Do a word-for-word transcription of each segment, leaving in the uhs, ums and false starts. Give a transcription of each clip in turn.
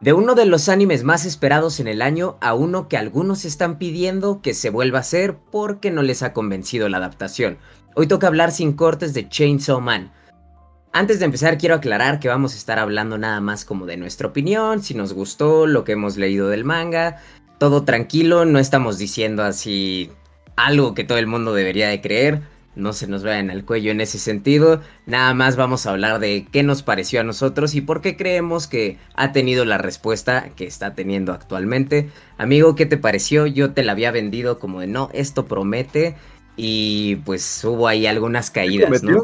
De uno de los animes más esperados en el año a uno que algunos están pidiendo que se vuelva a hacer porque no les ha convencido la adaptación. Hoy toca hablar sin cortes de Chainsaw Man. Antes de empezar quiero aclarar que vamos a estar hablando nada más como de nuestra opinión, si nos gustó, lo que hemos leído del manga, todo tranquilo, no estamos diciendo así algo que todo el mundo debería de creer, no se nos vayan al cuello en ese sentido, nada más vamos a hablar de qué nos pareció a nosotros y por qué creemos que ha tenido la respuesta que está teniendo actualmente. Amigo, ¿qué te pareció? Yo te la había vendido como de no, esto promete y pues hubo ahí algunas ¿Sí caídas, ¿no? prometió?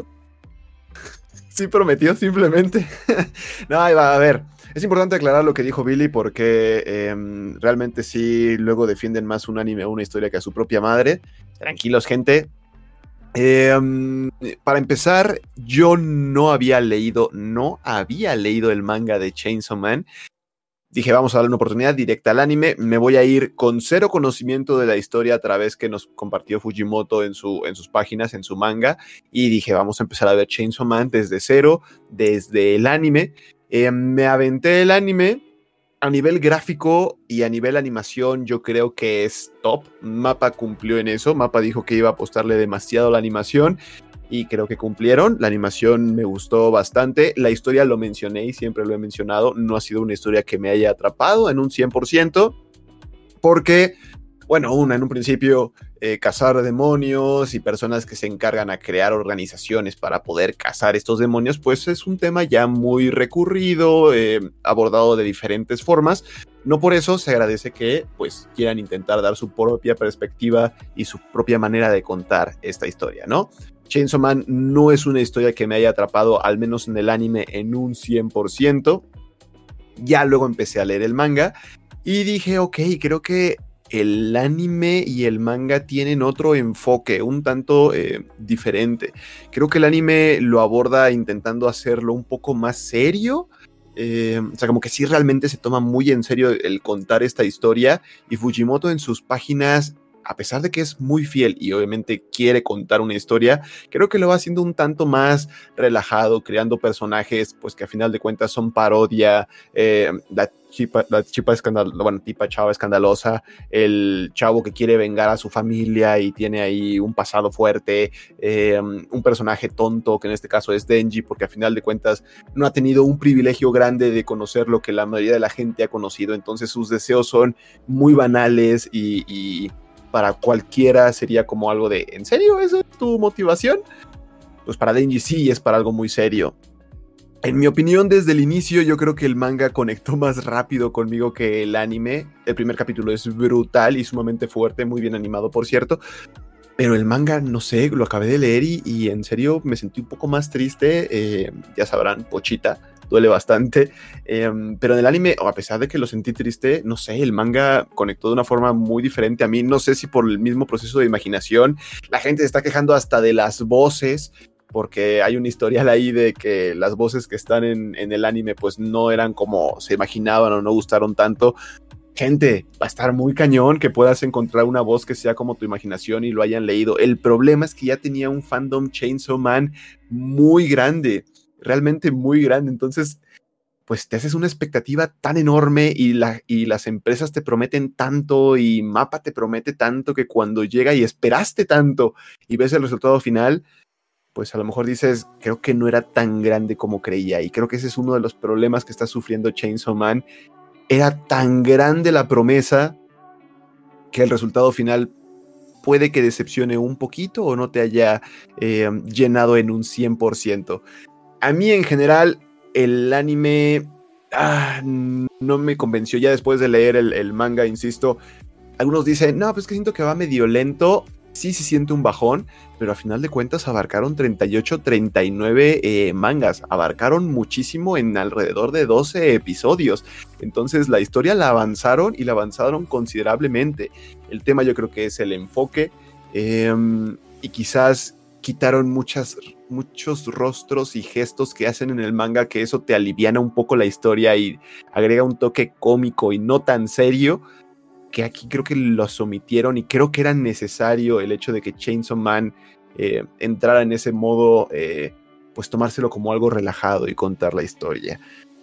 Sí prometió, simplemente. No, ahí va, a ver. Es importante aclarar lo que dijo Billy porque eh, realmente sí luego defienden más un anime o una historia que a su propia madre. Tranquilos, gente. Eh, para empezar, yo no había leído, no había leído el manga de Chainsaw Man. Dije, vamos a darle una oportunidad directa al anime. Me voy a ir con cero conocimiento de la historia a través que nos compartió Fujimoto en, su, en sus páginas, en su manga. Y dije, vamos a empezar a ver Chainsaw Man desde cero, desde el anime. Eh, me aventé el anime. A nivel gráfico y a nivel animación, yo creo que es top. Mappa cumplió en eso. Mappa dijo que iba a apostarle demasiado a la animación. Y creo que cumplieron. La animación me gustó bastante. La historia lo mencioné y siempre lo he mencionado. No ha sido una historia que me haya atrapado en un cien por ciento. Porque, bueno, una, en un principio, eh, cazar demonios y personas que se encargan a crear organizaciones para poder cazar estos demonios, pues es un tema ya muy recurrido, eh, abordado de diferentes formas. No por eso se agradece que pues quieran intentar dar su propia perspectiva y su propia manera de contar esta historia, ¿no? Chainsaw Man no es una historia que me haya atrapado, al menos en el anime, en un cien por ciento. Ya luego empecé a leer el manga y dije, ok, creo que el anime y el manga tienen otro enfoque, un tanto eh, diferente. Creo que el anime lo aborda intentando hacerlo un poco más serio. Eh, o sea, como que sí realmente se toma muy en serio el contar esta historia. Y Fujimoto en sus páginas, a pesar de que es muy fiel y obviamente quiere contar una historia, creo que lo va haciendo un tanto más relajado, creando personajes pues que a final de cuentas son parodia. Eh, la chipa, la chipa escandal, bueno, tipa chava escandalosa, el chavo que quiere vengar a su familia y tiene ahí un pasado fuerte, eh, un personaje tonto, que en este caso es Denji, porque a final de cuentas no ha tenido un privilegio grande de conocer lo que la mayoría de la gente ha conocido, entonces sus deseos son muy banales y, y para cualquiera sería como algo de, ¿en serio? ¿Esa es tu motivación? Pues para Denji sí es para algo muy serio. En mi opinión, desde el inicio, yo creo que el manga conectó más rápido conmigo que el anime. El primer capítulo es brutal y sumamente fuerte, muy bien animado, por cierto. Pero el manga, no sé, lo acabé de leer y, y en serio me sentí un poco más triste. Eh, ya sabrán, pochita, duele bastante. Eh, pero en el anime, a pesar de que lo sentí triste, no sé, el manga conectó de una forma muy diferente a mí. No sé si por el mismo proceso de imaginación. La gente se está quejando hasta de las voces, porque hay un historial ahí de que las voces que están en, en el anime pues no eran como se imaginaban o no gustaron tanto. Gente, va a estar muy cañón que puedas encontrar una voz que sea como tu imaginación y lo hayan leído. El problema es que ya tenía un fandom Chainsaw Man muy grande, realmente muy grande. Entonces, pues te haces una expectativa tan enorme y, la, y las empresas te prometen tanto y Mappa te promete tanto que cuando llega y esperaste tanto y ves el resultado final, pues a lo mejor dices, creo que no era tan grande como creía. Y creo que ese es uno de los problemas que está sufriendo Chainsaw Man. Era tan grande la promesa que el resultado final puede que decepcione un poquito o no te haya eh, llenado en un cien por ciento. A mí en general el anime ah, no me convenció ya después de leer el, el manga, insisto. Algunos dicen, no, pues que siento que va medio lento. Sí se siente un bajón, pero a final de cuentas abarcaron treinta y ocho, treinta y nueve eh, mangas, abarcaron muchísimo en alrededor de doce episodios, entonces la historia la avanzaron y la avanzaron considerablemente. El tema yo creo que es el enfoque eh, y quizás quitaron muchas, muchos rostros y gestos que hacen en el manga, que eso te aliviana un poco la historia y agrega un toque cómico y no tan serio, que aquí creo que los omitieron y creo que era necesario el hecho de que Chainsaw Man eh, entrara en ese modo, eh, pues tomárselo como algo relajado y contar la historia.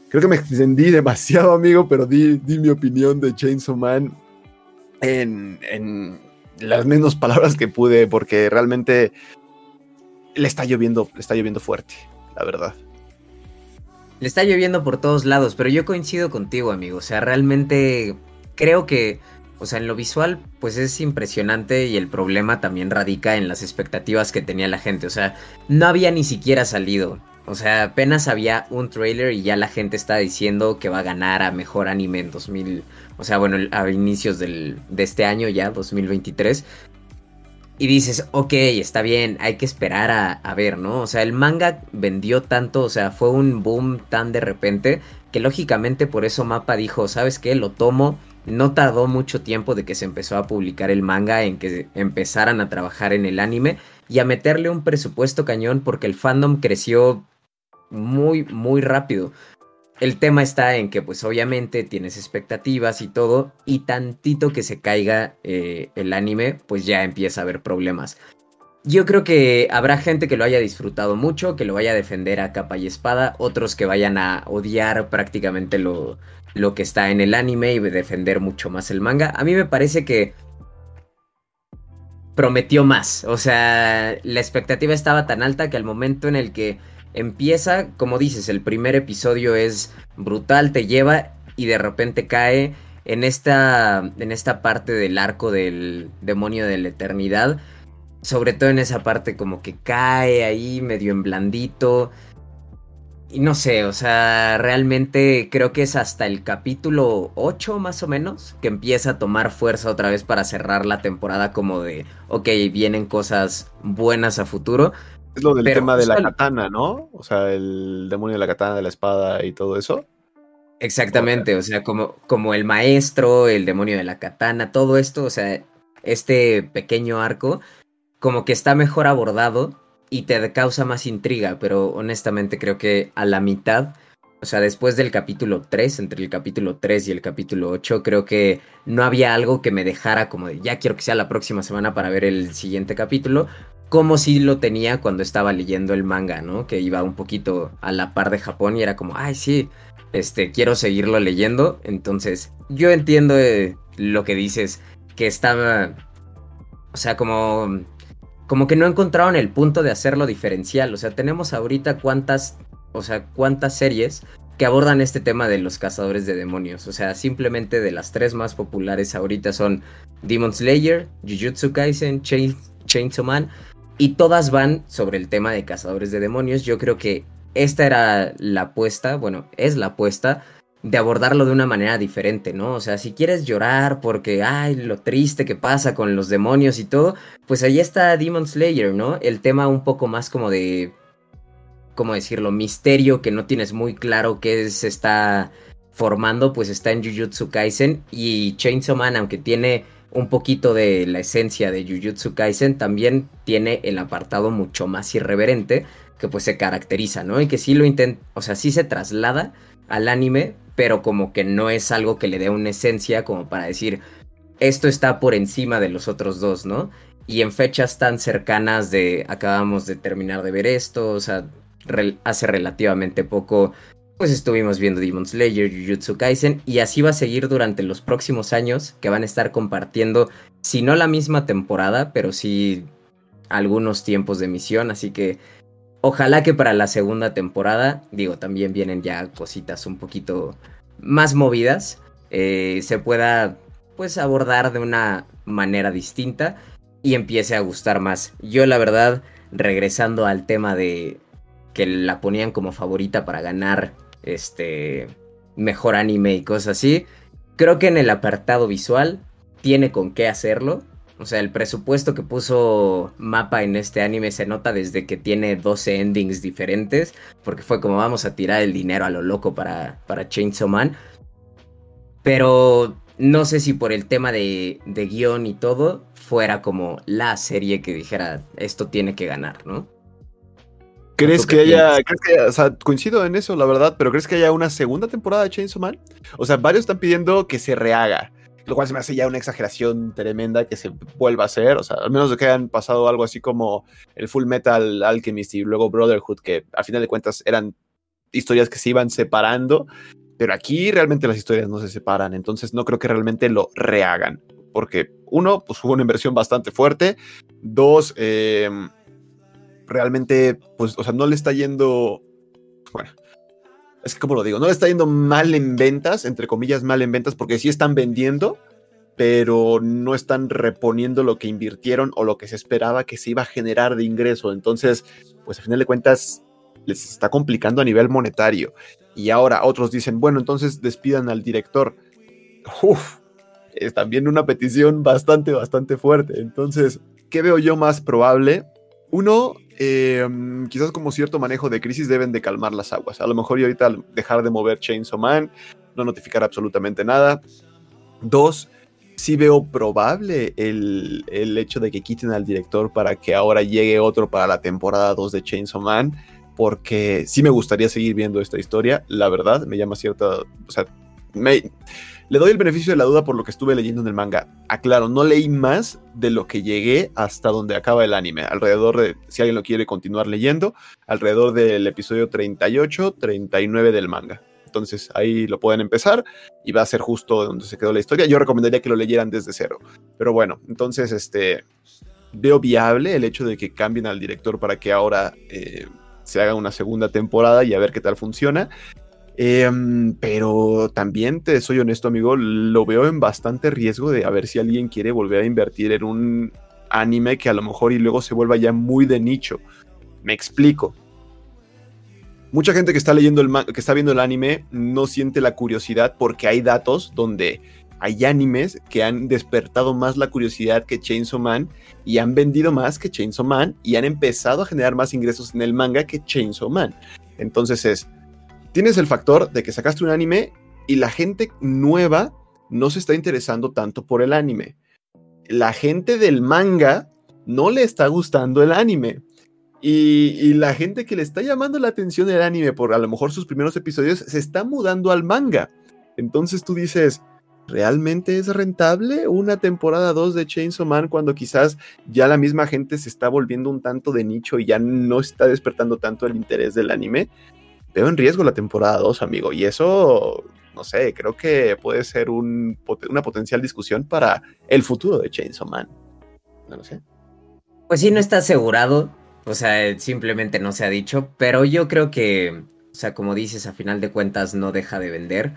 Creo que me extendí demasiado, amigo, pero di, di mi opinión de Chainsaw Man en, en las menos palabras que pude, porque realmente le está lloviendo, le está lloviendo fuerte, la verdad. Le está lloviendo por todos lados, pero yo coincido contigo, amigo. O sea, realmente creo que, o sea, en lo visual, pues es impresionante y el problema también radica en las expectativas que tenía la gente. O sea, no había ni siquiera salido. O sea, apenas había un trailer y ya la gente está diciendo que va a ganar a mejor anime en dos mil, o sea, bueno, a inicios del, de este año ya, dos mil veintitrés. Y dices, ok, está bien, hay que esperar a, a ver, ¿no? O sea, el manga vendió tanto, o sea, fue un boom tan de repente que lógicamente por eso Mappa dijo, ¿sabes qué? Lo tomo. No tardó mucho tiempo de que se empezó a publicar el manga en que empezaran a trabajar en el anime y a meterle un presupuesto cañón porque el fandom creció muy, muy rápido. El tema está en que pues obviamente tienes expectativas y todo, y tantito que se caiga eh, el anime, pues ya empieza a haber problemas. Yo creo que habrá gente que lo haya disfrutado mucho, que lo vaya a defender a capa y espada, otros que vayan a odiar prácticamente lo, lo que está en el anime y defender mucho más el manga. A mí me parece que prometió más, o sea, la expectativa estaba tan alta que al momento en el que empieza, como dices, el primer episodio es brutal, te lleva y de repente cae en esta, en esta parte del arco del demonio de la eternidad. Sobre todo en esa parte como que cae ahí medio en blandito. Y no sé, o sea, realmente creo que es hasta el capítulo ocho más o menos que empieza a tomar fuerza otra vez para cerrar la temporada como de, ok, vienen cosas buenas a futuro. Es lo del Pero tema de la justo al- katana, ¿no? O sea, el demonio de la katana, de la espada y todo eso. O sea, Exactamente, o sea, como, como el maestro, el demonio de la katana, todo esto, o sea, este pequeño arco, como que está mejor abordado y te causa más intriga, pero honestamente creo que a la mitad, o sea, después del capítulo tres, entre el capítulo tres y el capítulo ocho, creo que no había algo que me dejara como de, ya quiero que sea la próxima semana para ver el siguiente capítulo, como si lo tenía cuando estaba leyendo el manga, ¿no? Que iba un poquito a la par de Japón y era como, ay, sí, este, quiero seguirlo leyendo. Entonces, yo entiendo eh, lo que dices, que estaba, o sea, como, como que no encontraron el punto de hacerlo diferencial. O sea, tenemos ahorita cuántas, o sea, cuántas series que abordan este tema de los cazadores de demonios. O sea, simplemente de las tres más populares ahorita son Demon Slayer, Jujutsu Kaisen, Chain, Chainsaw Man, y todas van sobre el tema de cazadores de demonios. Yo creo que esta era la apuesta, bueno, es la apuesta de abordarlo de una manera diferente, ¿no? O sea, si quieres llorar porque, ay, lo triste que pasa con los demonios y todo, pues ahí está Demon Slayer, ¿no? El tema un poco más como de, ¿cómo decirlo? Misterio, que no tienes muy claro qué se está formando, pues está en Jujutsu Kaisen. Y Chainsaw Man, aunque tiene un poquito de la esencia de Jujutsu Kaisen, también tiene el apartado mucho más irreverente, que pues se caracteriza, ¿no? Y que sí lo intenta, o sea, sí se traslada al anime, pero como que no es algo que le dé una esencia como para decir, esto está por encima de los otros dos, ¿no? Y en fechas tan cercanas de acabamos de terminar de ver esto, o sea, re- hace relativamente poco, pues estuvimos viendo Demon Slayer, Jujutsu Kaisen, y así va a seguir durante los próximos años, que van a estar compartiendo, si no la misma temporada, pero sí algunos tiempos de emisión, así que ojalá que para la segunda temporada, digo, también vienen ya cositas un poquito más movidas, eh, se pueda pues abordar de una manera distinta y empiece a gustar más. Yo la verdad, regresando al tema de que la ponían como favorita para ganar este mejor anime y cosas así, creo que en el apartado visual tiene con qué hacerlo. O sea, el presupuesto que puso Mappa en este anime se nota desde que tiene doce endings diferentes, porque fue como vamos a tirar el dinero a lo loco para, para Chainsaw Man. Pero no sé si por el tema de, de guión y todo, fuera como la serie que dijera, esto tiene que ganar, ¿no? ¿O ¿crees tú qué que haya, piensas? crees que haya- o sea, coincido en eso, la verdad, pero ¿crees que haya una segunda temporada de Chainsaw Man? O sea, varios están pidiendo que se rehaga, lo cual se me hace ya una exageración tremenda que se vuelva a hacer, o sea, al menos de que hayan pasado algo así como el Full Metal Alchemist y luego Brotherhood, que al final de cuentas eran historias que se iban separando, pero aquí realmente las historias no se separan, entonces no creo que realmente lo rehagan, porque uno, pues hubo una inversión bastante fuerte, dos, eh, realmente, pues, o sea, no le está yendo, bueno, es que como lo digo, no le está yendo mal en ventas, entre comillas mal en ventas, porque sí están vendiendo, pero no están reponiendo lo que invirtieron o lo que se esperaba que se iba a generar de ingreso. Entonces, pues a final de cuentas, les está complicando a nivel monetario. Y ahora otros dicen, bueno, entonces despidan al director. Uf, es también una petición bastante, bastante fuerte. Entonces, ¿qué veo yo más probable? Uno, eh, quizás como cierto manejo de crisis deben de calmar las aguas. A lo mejor y ahorita dejar de mover Chainsaw Man, no notificar absolutamente nada. Dos, sí veo probable el, el hecho de que quiten al director para que ahora llegue otro para la temporada dos de Chainsaw Man, porque sí me gustaría seguir viendo esta historia, la verdad, me llama cierta, o sea, me, le doy el beneficio de la duda por lo que estuve leyendo en el manga. Aclaro, no leí más de lo que llegué hasta donde acaba el anime, alrededor de, si alguien lo quiere continuar leyendo, alrededor del episodio treinta y ocho, treinta y nueve del manga. Entonces ahí lo pueden empezar y va a ser justo donde se quedó la historia. Yo recomendaría que lo leyeran desde cero. Pero bueno, entonces este, veo viable el hecho de que cambien al director para que ahora eh, se haga una segunda temporada y a ver qué tal funciona. Eh, pero también, te soy honesto, amigo, lo veo en bastante riesgo de a ver si alguien quiere volver a invertir en un anime que a lo mejor y luego se vuelva ya muy de nicho. Me explico. Mucha gente que está leyendo el man- que está viendo el anime no siente la curiosidad porque hay datos donde hay animes que han despertado más la curiosidad que Chainsaw Man y han vendido más que Chainsaw Man y han empezado a generar más ingresos en el manga que Chainsaw Man. Entonces es, tienes el factor de que sacaste un anime y la gente nueva no se está interesando tanto por el anime. La gente del manga no le está gustando el anime. Y, y la gente que le está llamando la atención el anime por a lo mejor sus primeros episodios se está mudando al manga. Entonces tú dices, ¿realmente es rentable una temporada dos de Chainsaw Man cuando quizás ya la misma gente se está volviendo un tanto de nicho y ya no está despertando tanto el interés del anime? Veo en riesgo la temporada dos, amigo, y eso, no sé, creo que puede ser un, una potencial discusión para el futuro de Chainsaw Man. No lo sé. Pues sí, no está asegurado, o sea, simplemente no se ha dicho, pero yo creo que, o sea, como dices, a final de cuentas no deja de vender.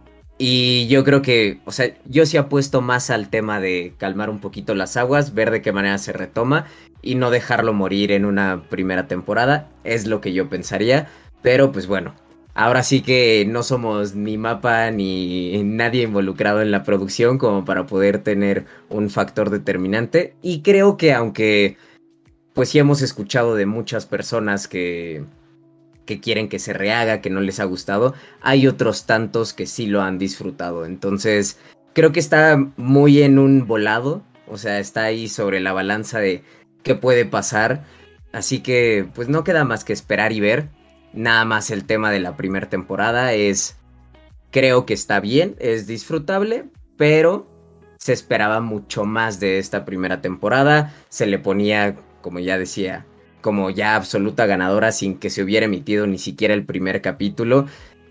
Y yo creo que, o sea, yo sí apuesto más al tema de calmar un poquito las aguas, ver de qué manera se retoma y no dejarlo morir en una primera temporada, es lo que yo pensaría. Pero pues bueno, ahora sí que no somos ni Mapa ni nadie involucrado en la producción como para poder tener un factor determinante. Y creo que aunque pues sí hemos escuchado de muchas personas que, que quieren que se rehaga, que no les ha gustado, hay otros tantos que sí lo han disfrutado. Entonces creo que está muy en un volado, o sea, está ahí sobre la balanza de qué puede pasar. Así que pues no queda más que esperar y ver. Nada más el tema de la primera temporada es, creo que está bien, es disfrutable, pero se esperaba mucho más de esta primera temporada. Se le ponía, como ya decía, como ya absoluta ganadora sin que se hubiera emitido ni siquiera el primer capítulo.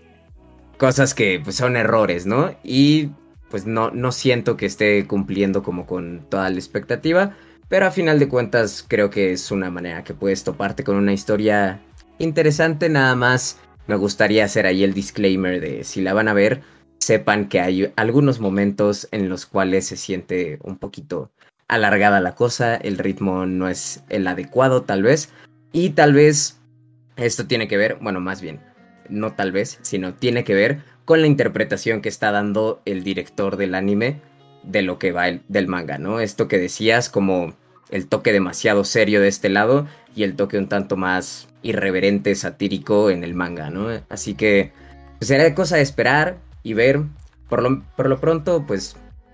Cosas que pues son errores, ¿no? Y pues no, no siento que esté cumpliendo como con toda la expectativa, pero a final de cuentas creo que es una manera que puedes toparte con una historia interesante. Nada más me gustaría hacer ahí el disclaimer de si la van a ver, sepan que hay algunos momentos en los cuales se siente un poquito alargada la cosa, el ritmo no es el adecuado tal vez, y tal vez esto tiene que ver, bueno, más bien, no tal vez, sino tiene que ver con la interpretación que está dando el director del anime de lo que va el, del manga, ¿no? Esto que decías como el toque demasiado serio de este lado y el toque un tanto más irreverente, satírico en el manga, ¿no? Así que pues, será cosa de esperar y ver. Por lo, por lo pronto, pues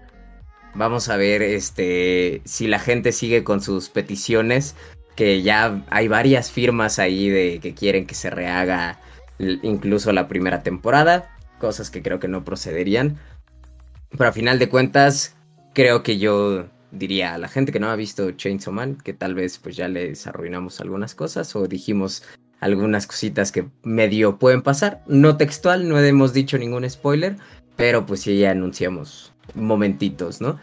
vamos a ver este si la gente sigue con sus peticiones, que ya hay varias firmas ahí de que quieren que se rehaga incluso la primera temporada, cosas que creo que no procederían. Pero a final de cuentas, creo que yo diría a la gente que no ha visto Chainsaw Man que tal vez pues ya les arruinamos algunas cosas o dijimos algunas cositas que medio pueden pasar. No textual, no hemos dicho ningún spoiler, pero pues sí ya anunciamos momentitos, ¿no?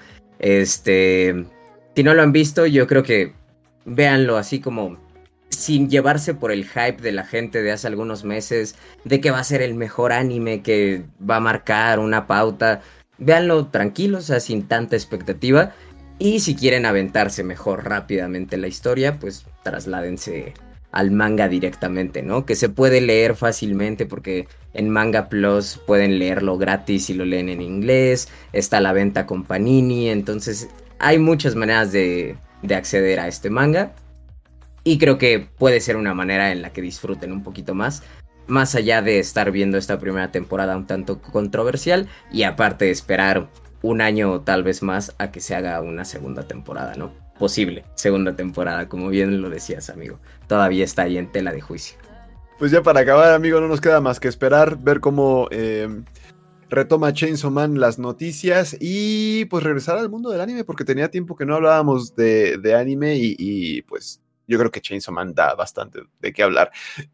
Este, si no lo han visto, yo creo que véanlo así como sin llevarse por el hype de la gente de hace algunos meses, de que va a ser el mejor anime, que va a marcar una pauta. Véanlo tranquilos, o sea, sin tanta expectativa. Y si quieren aventarse mejor rápidamente la historia, pues trasládense al manga directamente, ¿no? Que se puede leer fácilmente porque en Manga Plus pueden leerlo gratis si lo leen en inglés, está a la venta con Panini, entonces hay muchas maneras de, de acceder a este manga y creo que puede ser una manera en la que disfruten un poquito más, más allá de estar viendo esta primera temporada un tanto controversial y aparte de esperar un año o tal vez más a que se haga una segunda temporada, ¿no? Posible segunda temporada, como bien lo decías, amigo. Todavía está ahí en tela de juicio. Pues ya para acabar, amigo, no nos queda más que esperar, ver cómo eh, retoma Chainsaw Man las noticias y pues regresar al mundo del anime, porque tenía tiempo que no hablábamos de, de anime y, y pues yo creo que Chainsaw Man da bastante de qué hablar.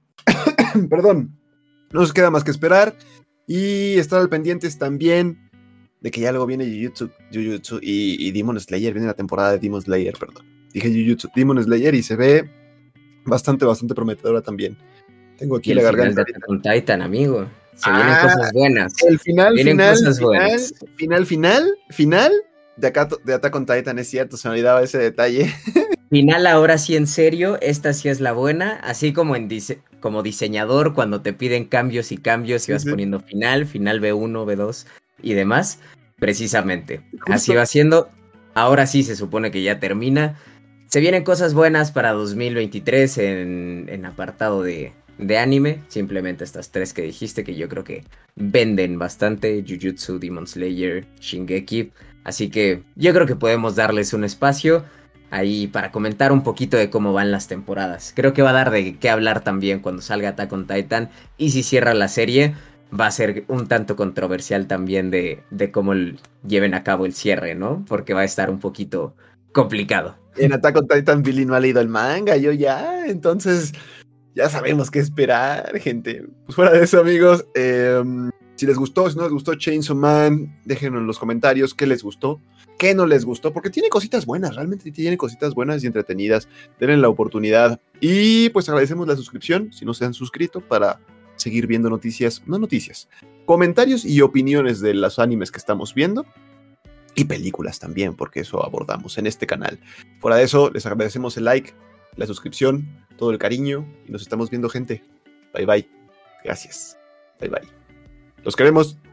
Perdón, no nos queda más que esperar y estar al pendientes también de que ya luego viene Jujutsu, Jujutsu y, y Demon Slayer, viene la temporada de Demon Slayer, perdón. Dije Jujutsu, Demon Slayer y se ve bastante, bastante prometedora también. Tengo aquí y la el final garganta. de Attack on Titan, amigo. Se ah, vienen cosas buenas. El final, vienen final, cosas final, buenas. final, final, final de, acá, de Attack on Titan, es cierto, se me olvidaba ese detalle. Final ahora sí en serio, esta sí es la buena, así como en dise como diseñador cuando te piden cambios y cambios y Sí, vas sí. poniendo final, final B uno, B dos y demás, precisamente. Justo. Así va siendo. Ahora sí se supone que ya termina. Se vienen cosas buenas para dos mil veintitrés en, en apartado de, de anime. Simplemente estas tres que dijiste que yo creo que venden bastante. Jujutsu, Demon Slayer, Shingeki. Así que yo creo que podemos darles un espacio ahí para comentar un poquito de cómo van las temporadas. Creo que va a dar de qué hablar también cuando salga Attack on Titan. Y si cierra la serie, va a ser un tanto controversial también de, de cómo el, lleven a cabo el cierre, ¿no? Porque va a estar un poquito complicado. En Attack on Titan Billy no ha leído el manga, yo ya, entonces ya sabemos qué esperar, gente. Pues fuera de eso, amigos, eh, si les gustó, si no les gustó Chainsaw Man, déjenlo en los comentarios qué les gustó, qué no les gustó, porque tiene cositas buenas, realmente tiene cositas buenas y entretenidas. Denle la oportunidad. Y pues agradecemos la suscripción, si no se han suscrito, para seguir viendo noticias, no noticias, comentarios y opiniones de los animes que estamos viendo. Y películas también, porque eso abordamos en este canal. Fuera de eso, les agradecemos el like, la suscripción, todo el cariño. Y nos estamos viendo, gente. Bye bye. Gracias. Bye bye. Los queremos.